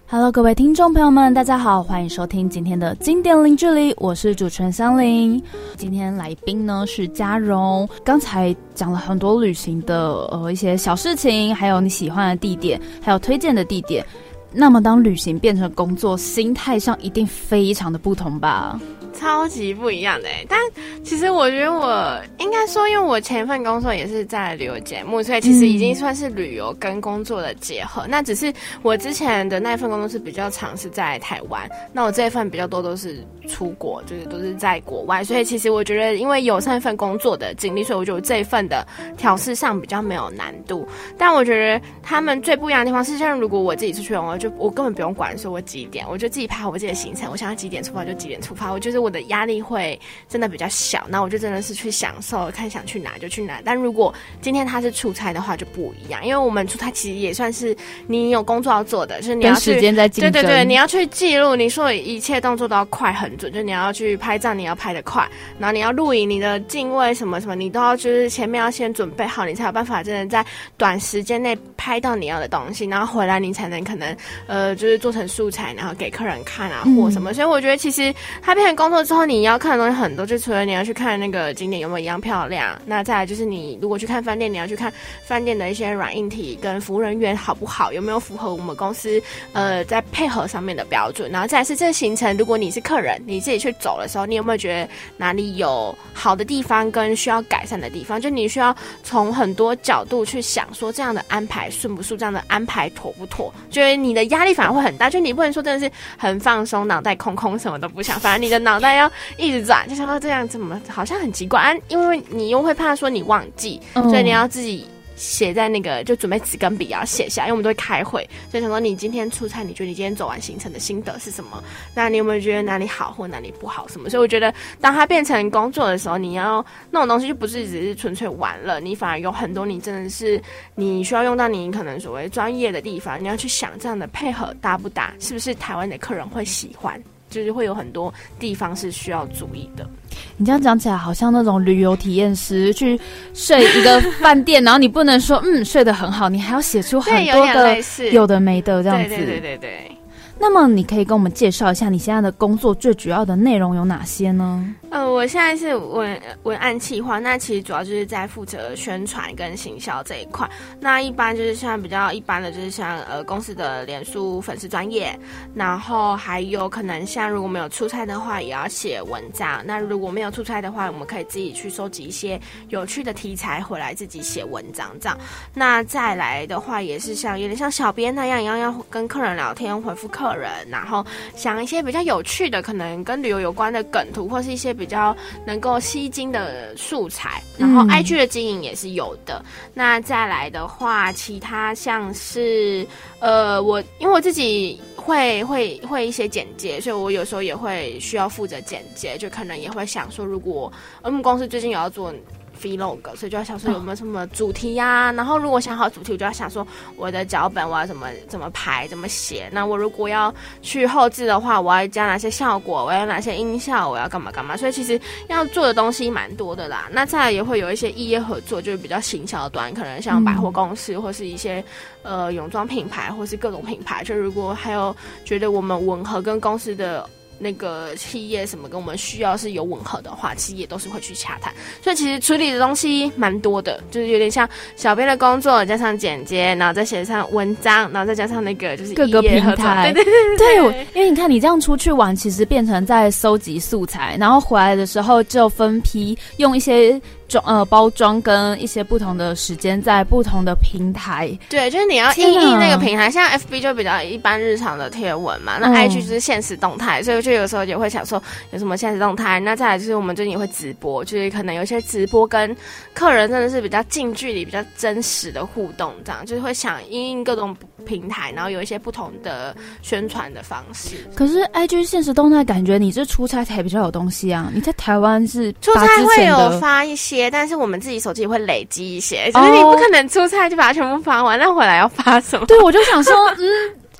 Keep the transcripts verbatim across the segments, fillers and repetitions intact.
Hello， 各位听众朋友们，大家好，欢迎收听今天的经典零距离，我是主持人香菱。今天来宾呢是嘉荣，刚才讲了很多旅行的呃一些小事情，还有你喜欢的地点，还有推荐的地点。那么当旅行变成工作，心态上一定非常的不同吧？ 超级不一样的欸，但其实我觉得我应该说，因为我前一份工作也是在旅游节目，所以其实已经算是旅游跟工作的结合。嗯、那只是我之前的那份工作是比较长是在台湾，那我这一份比较多都是出国，就是都是在国外。所以其实我觉得，因为有上一份工作的经历，所以我觉得我这一份的调试上比较没有难度。但我觉得他们最不一样的地方是，像如果我自己出去玩，我就我根本不用管说我几点，我就自己排好我自己的行程，我想要几点出发就几点出发，我就是我的压力会真的比较小，那我就真的是去享受，看想去哪就去哪。但如果今天他是出差的话就不一样，因为我们出差其实也算是你有工作要做的，就是你要去跟时间在竞争， 对对对，你要去记录，你说一切动作都要快很准，就你要去拍照，你要拍得快，然后你要录影，你的镜位什么什么，你都要就是前面要先准备好，你才有办法真的在短时间内拍到你要的东西，然后回来你才能可能呃就是做成素材，然后给客人看啊或什么。嗯、所以我觉得其实它变成工作之后，你要看的东西很多，就除了你要去看那个景点有没有一样漂亮，那再来就是你如果去看饭店，你要去看饭店的一些软硬体跟服务人员好不好，有没有符合我们公司呃在配合上面的标准，然后再来是这个行程，如果你是客人你自己去走的时候，你有没有觉得哪里有好的地方跟需要改善的地方，就你需要从很多角度去想说这样的安排顺不顺，这样的安排妥不妥，觉得你的压力反而会很大，就你不能说真的是很放松，脑袋空空什么都不想，反而你的脑袋要一直转，就想到这样怎么好像很奇怪，因为你又会怕说你忘记，嗯、所以你要自己写在那个就准备纸跟笔要写下，因为我们都会开会，所以想说你今天出差，你觉得你今天走完行程的心得是什么？那你有没有觉得哪里好或哪里不好什么？所以我觉得当它变成工作的时候，你要那种东西就不是只是纯粹玩了，你反而有很多你真的是你需要用到你可能所谓专业的地方，你要去想这样的配合搭不搭，是不是台湾的客人会喜欢？就是会有很多地方是需要注意的。 你这样讲起来好像那种旅游体验师去睡一个饭店，然后你不能说嗯睡得很好，你还要写出很多的有的没的这样子。 对对对对对。 那么你可以跟我们介绍一下你现在的工作最主要的内容有哪些呢？ 呃，我现在是文文案企划，那其实主要就是在负责宣传跟行销这一块。那一般就是像比较一般的，就是像呃公司的脸书粉丝专页，然后还有可能像如果没有出差的话，也要写文章。那如果没有出差的话，我们可以自己去收集一些有趣的题材回来自己写文章这样。那再来的话，也是像有点像小编那样一样，要跟客人聊天，回复客人，然后想一些比较有趣的，可能跟旅游有关的梗图，或是一些比较能够吸睛的素材。然后 I G 的经营也是有的。嗯、那再来的话，其他像是呃，我因为我自己会会会一些简介，所以我有时候也会需要负责简介，就可能也会想说，如果我们公司最近有要做vlog， 所以就要想说有没有什么主题呀、啊？然后如果想好主题，我就要想说我的脚本我要怎么怎么排怎么写。那我如果要去后置的话，我要加哪些效果，我要哪些音效，我要干嘛干嘛。所以其实要做的东西蛮多的啦。那再来也会有一些异业合作，就是比较行销端，可能像百货公司、嗯、或是一些呃泳装品牌，或是各种品牌。就如果还有觉得我们吻合跟公司的那个企业什么跟我们需要是有吻合的话，其实也都是会去洽谈。所以其实处理的东西蛮多的，就是有点像小编的工作，加上剪接，然后再写上文章，然后再加上那个就是各个平台。 对对对 对, 对， 因为你看你这样出去玩，其实变成在收集素材，然后回来的时候就分批用一些装呃包装跟一些不同的时间在不同的平台。 对，就是你要因应那个平台，像 F B 就比较一般日常的贴文嘛，那 I G 就是现实动态，嗯、所以就有时候也会想说有什么现实动态。那再来就是我们最近也会直播，就是可能有些直播跟客人真的是比较近距离、比较真实的互动，这样就是会想因应各种平台，然后有一些不同的宣传的方式。 可是 I G 现实动态感觉你这出差才比较有东西啊，你在台湾是出差会有发一些，但是我们自己手机也会累积一些，就是你不可能出差就把它全部发完，那回来要发什么？ 对，我就想说，嗯。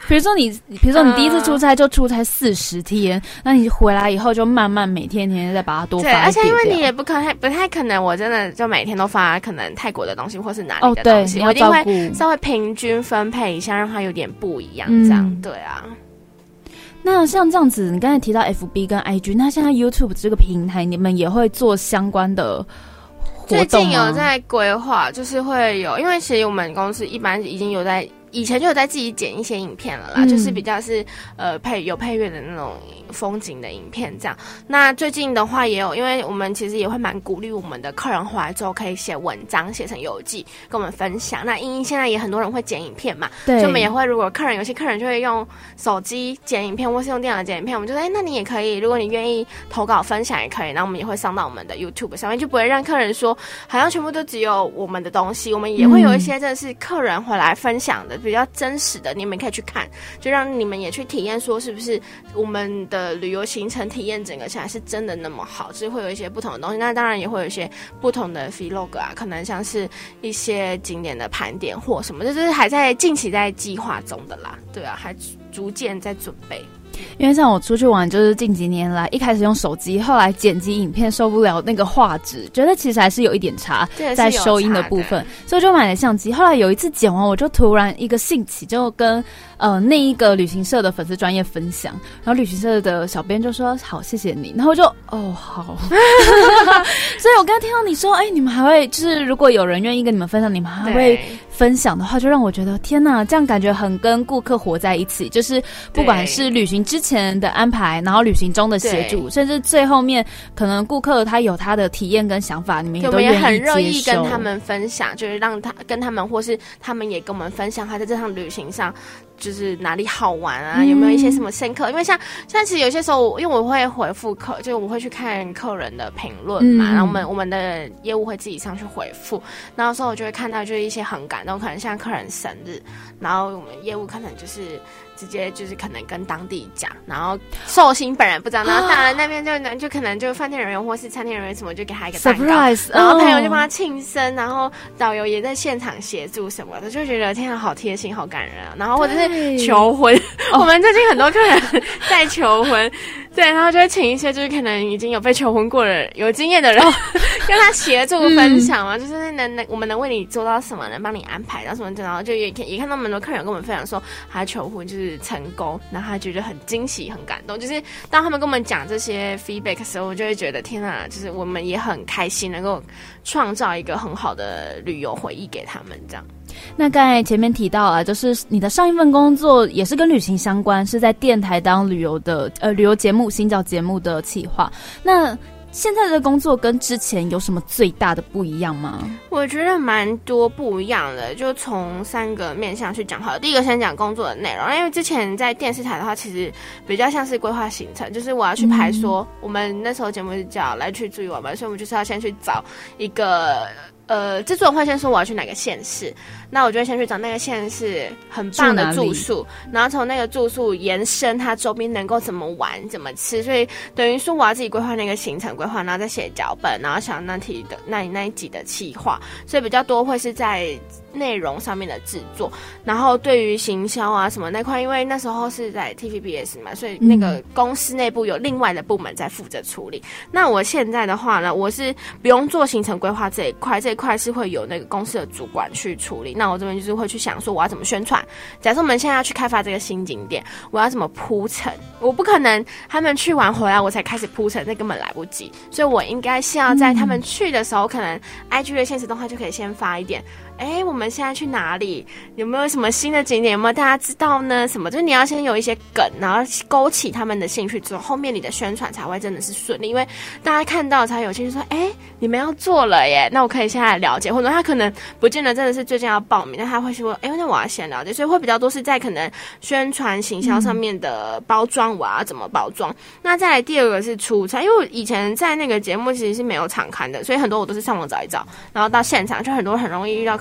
比如说你，比如说你第一次出差就出差四十天，嗯、那你回来以后就慢慢每天天天再把它多发一点。 对，而且因为你也不可能不太可能，我真的就每天都发可能泰国的东西或是哪里的东西，哦、我一定会稍微平均分配一下，让它有点不一样，这样、嗯、对啊。 那像这样子，你刚才提到 F B 跟 I G， 那现在 YouTube 这个平台，你们也会做相关的活动吗？最近有在规划，就是会有，因为其实我们公司一般已经有在。以前就有在自己剪一些影片了啦，嗯、就是比较是呃配有配乐的那种风景的影片这样。那最近的话也有，因为我们其实也会蛮鼓励我们的客人回来之后可以写文章，写成游记跟我们分享。那因现在也很多人会剪影片嘛，对，所以我们也会，如果客人有些客人就会用手机剪影片，或是用电脑剪影片，我们就说，哎、欸，那你也可以，如果你愿意投稿分享也可以，然后我们也会上到我们的 YouTube 上面，就不会让客人说好像全部都只有我们的东西，我们也会有一些真的是客人回来分享的。比较真实的，你们可以去看，就让你们也去体验，说是不是我们的旅游行程体验整个下来是真的那么好，就是会有一些不同的东西。那当然也会有一些不同的 vlog 啊，可能像是一些景点的盘点或什么，就是还在近期在计划中的啦，对啊，还逐渐在准备。 因为像我出去玩，就是近几年来，一开始用手机，后来剪辑影片受不了那个画质，觉得其实还是有一点差在收音的部分，所以就买了相机。后来有一次剪完，我就突然一个兴起，就跟呃那一个旅行社的粉丝专页分享，然后旅行社的小编就说好，谢谢你，然后我就哦好，所以我刚刚听到你说，哎、欸，你们还会就是如果有人愿意跟你们分享，你们还会分享的话，就让我觉得天哪，这样感觉很跟顾客活在一起，就是不管是旅行之前的安排，然后旅行中的协助，甚至最后面可能顾客他有他的体验跟想法，你们也都愿意接受。 我们也很乐意跟他们分享，就是让他跟他们，或是他们也跟我们分享他在这趟旅行上就是哪里好玩啊、嗯、有没有一些什么深刻，因为像像其实有些时候因为我会回复客，就是我会去看客人的评论嘛、嗯、然后我们我们的业务会自己上去回复，然后时候我就会看到就是一些很感动，可能像客人生日，然后我们业务可能就是直接就是可能跟当地讲，然后寿星本人不知道，然后当然那边就就可能就饭店人员或是餐厅人员什么就给他一个蛋糕 surprise， 然后朋友就帮他庆生，然后导游也在现场协助什么的，就觉得天啊好贴心好感人啊，然后或者是求婚，我们最近很多客人在求婚，对，然后就会请一些就是可能已经有被求婚过的有经验的人、哦、跟他协助分享嘛、嗯、就是能能我们能为你做到什么，能帮你安排到什么，然后就也也看到很多客人跟我们分享说他求婚就是成功，然后他觉得很惊喜很感动，就是当他们跟我们讲这些 feedback 的时候，我就会觉得天啊，就是我们也很开心能够创造一个很好的旅游回忆给他们这样。 那刚才前面提到啊，就是你的上一份工作也是跟旅行相关，是在电台当旅游的呃旅游节目行脚节目的企划。那现在的工作跟之前有什么最大的不一样吗？ 我觉得蛮多不一样的，就从三个面向去讲好了。第一个先讲工作的内容，因为之前在电视台的话，其实比较像是规划行程，就是我要去排说，嗯、我们那时候节目是叫来去注意玩吧，所以我们就是要先去找一个。呃，制作人会先说我要去哪个县市，那我就会先去找那个县市很棒的住宿，然后从那个住宿延伸它周边能够怎么玩怎么吃，所以等于说我要自己规划那个行程规划，然后再写脚本，然后想那题的那那一集的企划，所以比较多会是在内容上面的制作。然后对于行销啊什么那块，因为那时候是在 T V B S 嘛，所以那个公司内部有另外的部门在负责处理。那我现在的话呢，我是不用做行程规划这一块，这一块是会有那个公司的主管去处理。那我这边就是会去想说我要怎么宣传，假设我们现在要去开发这个新景点，我要怎么铺陈，我不可能他们去完回来我才开始铺陈，那根本来不及，所以我应该是要在他们去的时候、嗯、可能 I G 的限时动态就可以先发一点，哎，我们现在去哪里？有没有什么新的景点？有没有大家知道呢？什么？就是你要先有一些梗，然后勾起他们的兴趣之后，后面你的宣传才会真的是顺利。因为大家看到才有兴趣说，哎，你们要做了耶，那我可以现在来了解。或者他可能不见得真的是最近要报名，但他会说，哎，那我要先了解。所以会比较多是在可能宣传行销上面的包装，我要怎么包装。那再来第二个是出差，因为我以前在那个节目其实是没有场刊的，所以很多我都是上网找一找，然后到现场就很多很容易遇到可能。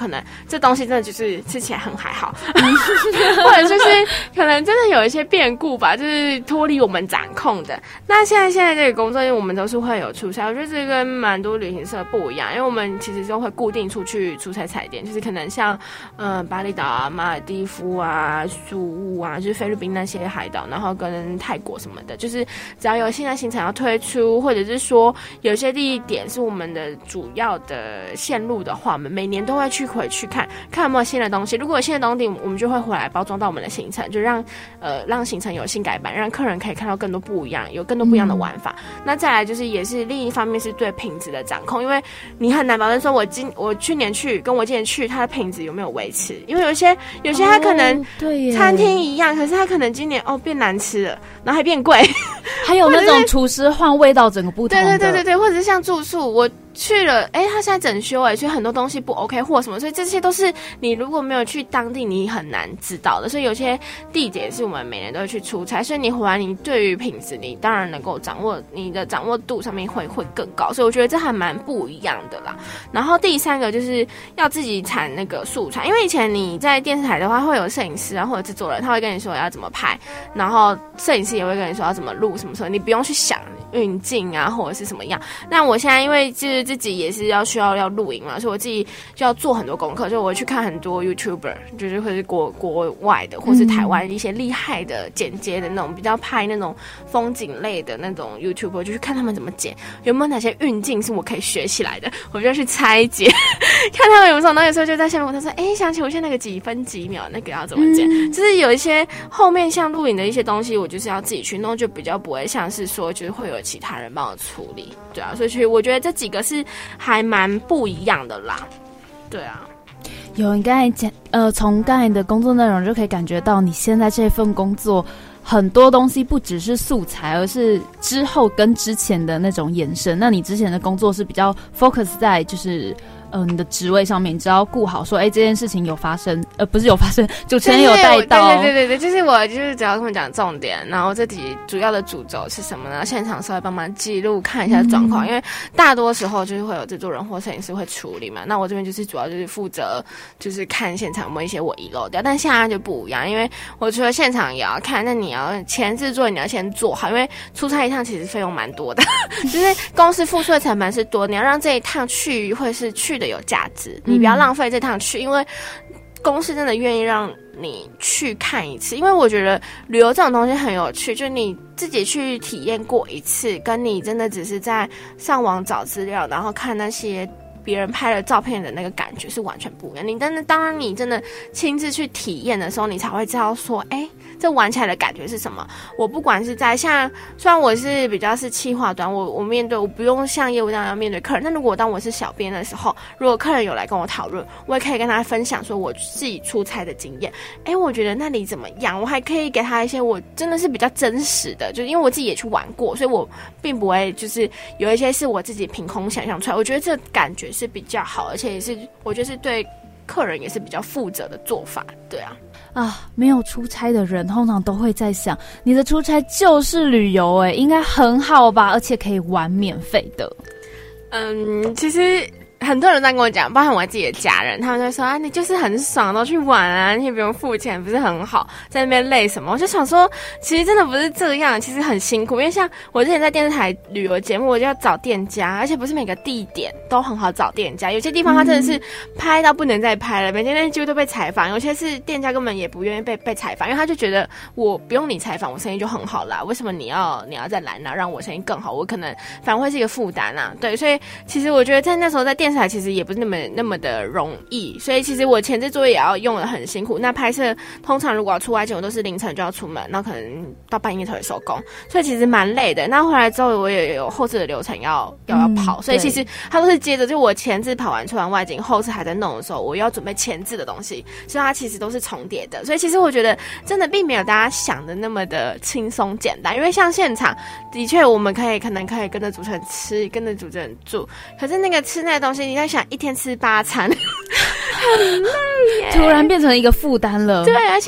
可能这东西真的就是吃起来很还好，或者就是可能真的有一些变故吧，就是脱离我们掌控的。那现在现在这个工作，因为我们都是会有出差，我觉得这跟蛮多旅行社不一样，因为我们其实都会固定出去出差踩点，就是可能像呃巴厘岛啊、马尔地夫啊、宿务啊，就是菲律宾那些海岛，然后跟泰国什么的，就是只要有新的行程要推出，或者是说有些地点是我们的主要的线路的话，我们每年都会去回去看看有没有新的东西。如果有新的东西，我们就会回来包装到我们的行程，就让呃让行程有新改版，让客人可以看到更多不一样，有更多不一样的玩法。嗯、那再来就是也是另一方面是对品质的掌控，因为你很难保证说我今我去年去跟我今年去它的品质有没有维持，因为有些有些它可能餐厅一样，可是它可能今年哦变难吃了，然后还变贵， 还有那种厨师换味道整个不同的， 对对对对对，或者是像住宿我。去了，哎、欸，他现在整修哎、欸，所以很多东西不 OK 或什么，所以这些都是你如果没有去当地，你很难知道的。所以有些地点是我们每年都会去出差，所以你回来，你对于品质，你当然能够掌握，你的掌握度上面会会更高。所以我觉得这还蛮不一样的啦。然后第三个就是要自己产那个素材，因为以前你在电视台的话，会有摄影师啊或者制作人，他会跟你说要怎么拍，然后摄影师也会跟你说要怎么录什么时候，你不用去想运镜啊或者是什么样。那我现在因为就是自己也是要需要要录影嘛，所以我自己就要做很多功课，就我会去看很多 YouTuber， 就是或是国国外的，或是台湾一些厉害的剪接的那种，比较拍那种风景类的那种 YouTuber， 就去看他们怎么剪，有没有哪些运镜是我可以学起来的，我就去拆解，看他们有什么。然后有时候就在下面问他说：“哎、欸，想请问一下那个几分几秒那个要怎么剪？”嗯、就是有一些后面像录影的一些东西，我就是要自己去弄，就比较不会像是说就是会有其他人帮我处理，对啊，所以我觉得这几个是还蛮不一样的啦，对啊。 有你刚才讲，呃，从刚才的工作内容就可以感觉到，你现在这份工作很多东西不只是素材，而是之后跟之前的那种延伸。那你之前的工作是比较 focus 在就是呃你的职位上面，你只要顾好说，哎、欸，这件事情有发生，呃，不是有发生，主持人有带到， 对对对对，就是我就是只要跟我讲重点，然后这题主要的主轴是什么呢？现场稍微帮忙记录看一下状况、嗯，因为大多时候就是会有制作人或摄影师会处理嘛。那我这边就是主要就是负责就是看现场有没有一些我遗漏掉，但现在就不一样，因为我除了现场也要看，那你要前制作你要先做好，因为出差一趟其实费用蛮多的，就是公司付出的成本是多，你要让这一趟去会是去的有价值，你不要浪费这趟去，因为公司真的愿意让你去看一次，因为我觉得旅游这种东西很有趣，就你自己去体验过一次，跟你真的只是在上网找资料，然后看那些别人拍的照片的那个感觉是完全不一样。你真的当你真的亲自去体验的时候，你才会知道说，哎、欸，这玩起来的感觉是什么。我不管是在像，虽然我是比较是企划端，我我面对我不用像业务这样要面对客人，但如果当我是小编的时候，如果客人有来跟我讨论，我也可以跟他分享说我自己出差的经验。哎、欸，我觉得那里怎么样？我还可以给他一些我真的是比较真实的，就是因为我自己也去玩过，所以我并不会就是有一些是我自己凭空想象出来。我觉得这感觉是比较好，而且也是我觉得是对客人也是比较负责的做法，对啊。 啊，没有出差的人通常都会在想，你的出差就是旅游，哎，应该很好吧，而且可以玩免费的。 嗯，其实很多人在跟我讲，包含我自己的家人，他们就说啊，你就是很爽，都去玩啊，你也不用付钱，不是很好，在那边累什么？我就想说，其实真的不是这样，其实很辛苦。因为像我之前在电视台旅游节目，我就要找店家，而且不是每个地点都很好找店家，有些地方它真的是拍到不能再拍了，每天几乎都被采访，有些是店家根本也不愿意被被采访，因为他就觉得我不用你采访，我生意就很好啦，为什么你要你要再来呢？让我生意更好，我可能反而会是一个负担啊。对，所以其实我觉得在那时候在电视台其实也不是那么那么的容易，所以其实我前置作业也要用得很辛苦。那拍摄通常如果要出外景，我都是凌晨就要出门，那可能到半夜才会收工，所以其实蛮累的。那回来之后我也有后置的流程要要要跑、嗯，所以其实它都是接着，就我前置跑完出完外景，后置还在弄的时候，我又要准备前置的东西，所以它其实都是重叠的。所以其实我觉得真的并没有大家想的那么的轻松简单，因为像现场的确我们可以可能可以跟着主持人吃，跟着主持人住，可是那个吃那个东西，你在想一天吃八餐，很累耶， 突然变成一个负担了。 对，而且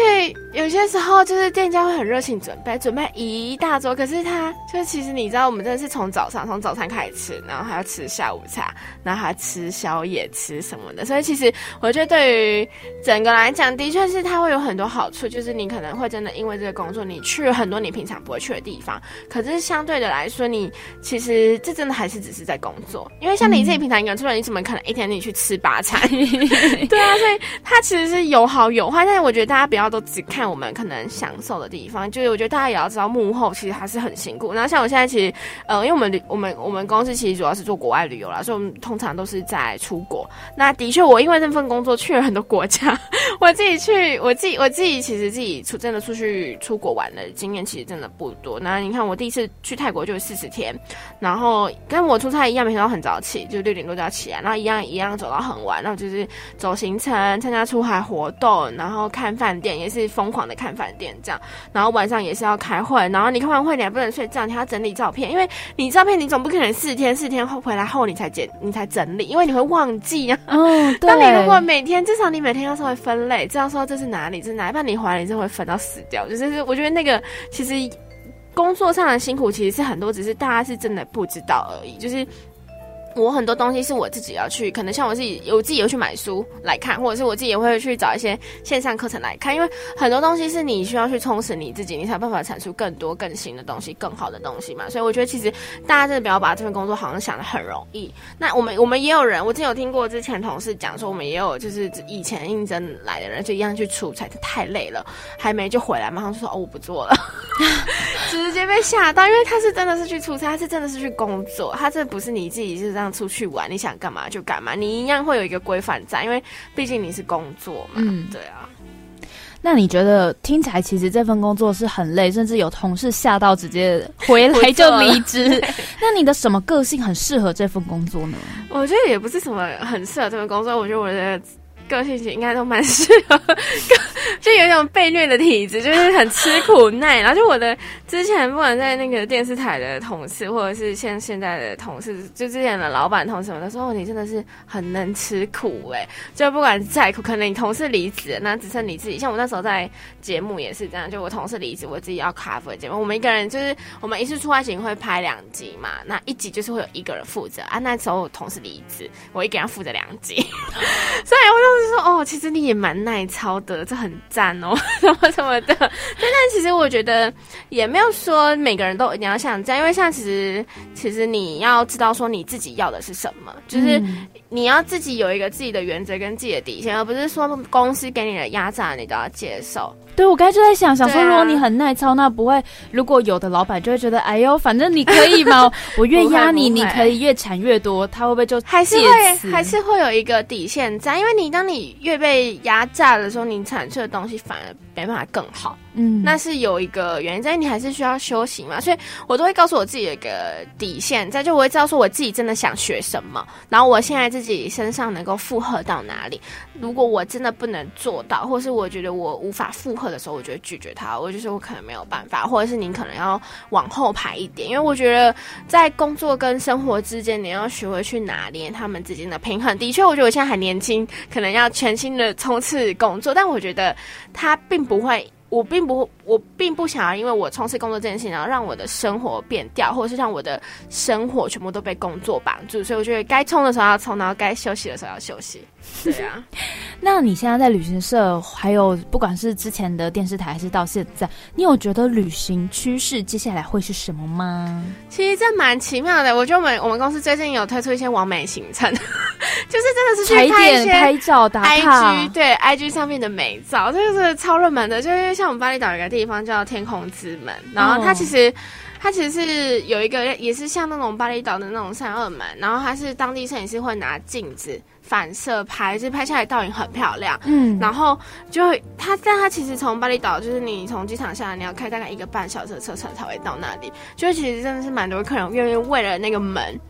有些时候就是店家会很热情准备，准备一大桌，可是他就其实你知道，我们真的是从早上从早餐开始吃，然后还要吃下午茶，然后还要吃宵夜，吃什么的。所以其实我觉得对于整个来讲，的确是它会有很多好处，就是你可能会真的因为这个工作，你去了很多你平常不会去的地方。可是相对的来说，你其实这真的还是只是在工作，因为像你自己平常一个人出来，你怎么可能一天你去吃八餐？对啊，所以它其实是有好有坏，但是我觉得大家不要都只看我们可能享受的地方，就是我觉得大家也要知道幕后其实还是很辛苦。然后像我现在其实，呃，因为我们旅我们我们公司其实主要是做国外旅游啦，所以我们通常都是在出国。那的确，我因为这份工作去了很多国家，我自己去，我自己我自己其实自己出真的出去出国玩的经验其实真的不多。那你看我第一次去泰国就四十天，然后跟我出差一样，每天都很早起，就六点多就要起来，然后一样一样走到很晚，然后就是走行程、参加出海活动，然后看饭店，也是疯狂的看饭店这样，然后晚上也是要开会，然后你开完会你还不能睡觉，你还要整理照片，因为你照片你总不可能四天四天后回来后你才剪你才整理，因为你会忘记啊。 嗯，对。 当你如果每天至少你每天要稍微分类，这样说这是哪里，这是哪里，不然你回来你是会分到死掉。就是我觉得那个其实工作上的辛苦其实是很多，只是大家是真的不知道而已。就是我很多东西是我自己要去，可能像我自己，我自己有去买书来看，或者是我自己也会去找一些线上课程来看，因为很多东西是你需要去充实你自己，你才有办法产出更多更新的东西、更好的东西嘛。所以我觉得其实大家真的不要把这份工作好像想得很容易。那我们我们也有人，我之前有听过之前同事讲说，我们也有就是以前应征来的人就一样去出差，太累了，还没就回来，马上就说哦我不做了，直接被吓到，因为他是真的是去出差，他是真的是去工作，他这不是你自己就是这样出去玩，你想干嘛就干嘛，你一样会有一个规范在，因为毕竟你是工作嘛。嗯，对啊。 那你觉得听起来其实这份工作是很累，甚至有同事吓到直接回来就离职。那你的什么个性很适合这份工作呢？ 我觉得也不是什么很适合这份工作，我觉得我的个性应该都蛮适合，就有一种被虐的体质，就是很吃苦耐。然后就我的之前不管在那个电视台的同事，或者是现现在的同事，就之前的老板同事们都说，哦，你真的是很能吃苦哎、欸。就不管再苦，可能你同事离职，那只剩你自己。像我那时候在节目也是这样，就我同事离职，我自己要 cover 节目。我们一个人就是我们一次出外景会拍两集嘛，那一集就是会有一个人负责啊。那时候我同事离职，我一个人负责两集，所以我就。就说哦，其实你也蛮耐操的，这很赞哦，什么什么的。但但其实我觉得也没有说每个人都一定要像这样，因为像其实其实你要知道说你自己要的是什么，就是你要自己有一个自己的原则跟自己的底线，而不是说公司给你的压榨你都要接受。 对，我刚才就在想想说，如果你很耐操，那不会，如果有的老板就会觉得，哎呦，反正你可以嘛，我越压你，你可以越产越多，他会不会就还是会还是会有一个底线在？因为你当你越被压榨的时候，你产出的东西反而没办法更好。嗯，那是有一个原因在，你还是需要休息嘛，所以我都会告诉我自己的一个底线在，就我会知道说我自己真的想学什么，然后我现在自己身上能够负荷到哪里。如果我真的不能做到，或是我觉得我无法负荷的时候，我就会拒绝他，我就说我可能没有办法，或者是你可能要往后排一点，因为我觉得在工作跟生活之间，你要学会去拿捏他们之间的平衡。的确，我觉得我现在还年轻，可能要全心的冲刺工作，但我觉得他并不会。我并不，我并不想要因为我从事工作这件事情，然后让我的生活变掉，或者是让我的生活全部都被工作绑住。所以我觉得该冲的时候要冲，然后该休息的时候要休息。对啊。 那你现在在旅行社，还有不管是之前的电视台还是到现在，你有觉得旅行趋势接下来会是什么吗？ 其实这蛮奇妙的，我觉得我们我们公司最近有推出一些网美行程，就是真的是去拍一些拍照打卡 I G 对 I G 上面的美照，这个是超热门的。就因为像我们巴厘岛有一个地方叫天空之门，然后它其实。它其实是有一个，也是像那种巴厘岛的那种三二门，然后它是当地摄影师会拿镜子反射拍，就是拍下来倒影很漂亮。嗯，然后就它，但它其实从巴厘岛，就是你从机场下来，你要开大概一个半小时的车程才会到那里。就其实真的是蛮多客人愿意为了那个门，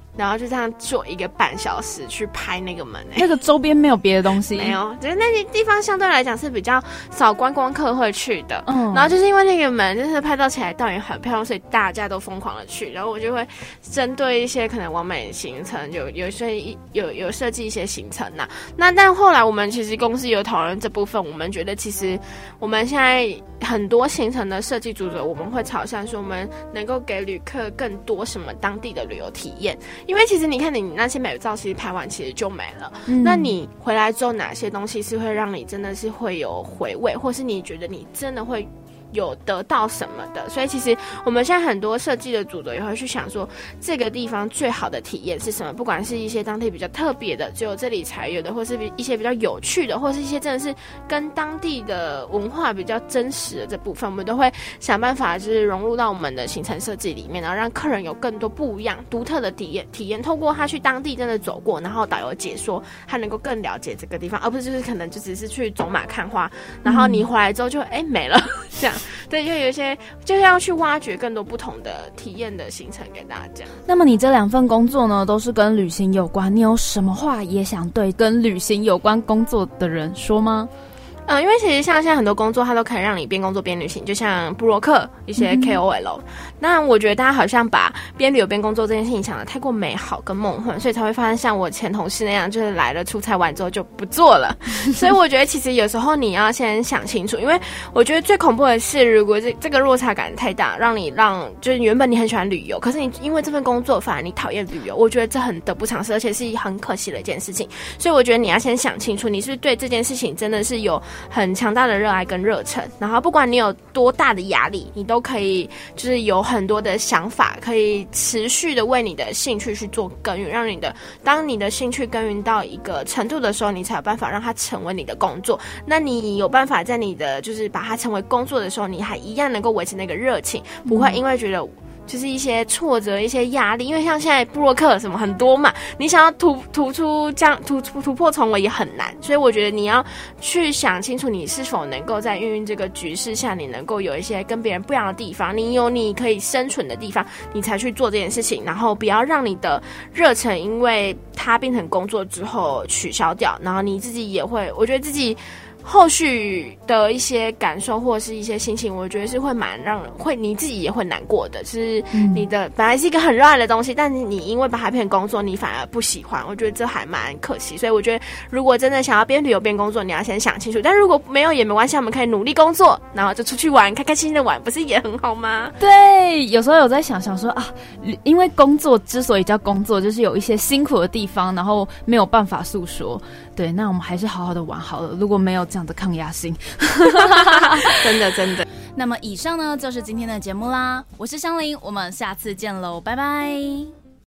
然后就这样坐一个半小时去拍那个门、欸。 那个周边没有别的东西， 没有，就是那些地方相对来讲是比较少观光客会去的。 嗯， 然后就是因为那个门就是拍照起来倒影很漂亮，所以大家都疯狂的去。然后我就会针对一些可能完美行程，有有些有有设计一些行程呐、啊。那但后来我们其实公司有讨论这部分，我们觉得其实我们现在很多行程的设计主轴，我们会朝向说我们能够给旅客更多什么当地的旅游体验。因为其实你看你那些美照其实拍完其实就没了、嗯、那你回来之后哪些东西是会让你真的是会有回味，或是你觉得你真的会有得到什么的。所以其实我们现在很多设计的主轴也会去想说这个地方最好的体验是什么，不管是一些当地比较特别的只有这里才有的，或是一些比较有趣的，或是一些真的是跟当地的文化比较真实的这部分，我们都会想办法就是融入到我们的行程设计里面，然后让客人有更多不一样独特的体验体验透过他去当地真的走过，然后导游解说他能够更了解这个地方，而不是就是可能就只是去走马看花，然后你回来之后就哎、欸、没了这样。对，就有一些就是要去挖掘更多不同的体验的行程给大家。 那么你这两份工作呢，都是跟旅行有关，你有什么话也想对跟旅行有关工作的人说吗？ 嗯，因为其实像现在很多工作，它都可以让你边工作边旅行，就像部落客一些 K O L、嗯。那我觉得大家好像把边旅游边工作这件事情想得太过美好跟梦幻，所以才会发现像我前同事那样，就是来了出差完之后就不做了。所以我觉得其实有时候你要先想清楚，因为我觉得最恐怖的是，如果这这个落差感太大，让你让就是原本你很喜欢旅游，可是你因为这份工作反而你讨厌旅游，我觉得这很得不偿失，而且是很可惜的一件事情。所以我觉得你要先想清楚，你是不是对这件事情真的是有很强大的热爱跟热忱，然后不管你有多大的压力，你都可以就是有很多的想法，可以持续的为你的兴趣去做耕耘，让你的当你的兴趣耕耘到一个程度的时候，你才有办法让它成为你的工作。那你有办法在你的就是把它成为工作的时候，你还一样能够维持那个热情，不会因为觉得就是一些挫折、一些压力，因为像现在部落客什么很多嘛，你想要突突出这样突突破重围也很难，所以我觉得你要去想清楚，你是否能够在运营这个局势下，你能够有一些跟别人不一样的地方，你有你可以生存的地方，你才去做这件事情，然后不要让你的热忱因为它变成工作之后取消掉，然后你自己也会，我觉得自己后续的一些感受或者是一些心情，我觉得是会蛮让人会你自己也会难过的，就是你的、嗯、本来是一个很热爱的东西，但是你因为把它变成工作，你反而不喜欢，我觉得这还蛮可惜。所以我觉得如果真的想要边旅游边工作，你要先想清楚，但如果没有也没关系，我们可以努力工作，然后就出去玩，开开心心的玩，不是也很好吗？ 对，有时候有在想想说啊，因为工作之所以叫工作，就是有一些辛苦的地方，然后没有办法诉说。对，那我们还是好好的玩好了，如果没有这样的抗压性真的真的。 那么以上呢就是今天的节目啦，我是香菱，我们下次见喽，拜拜。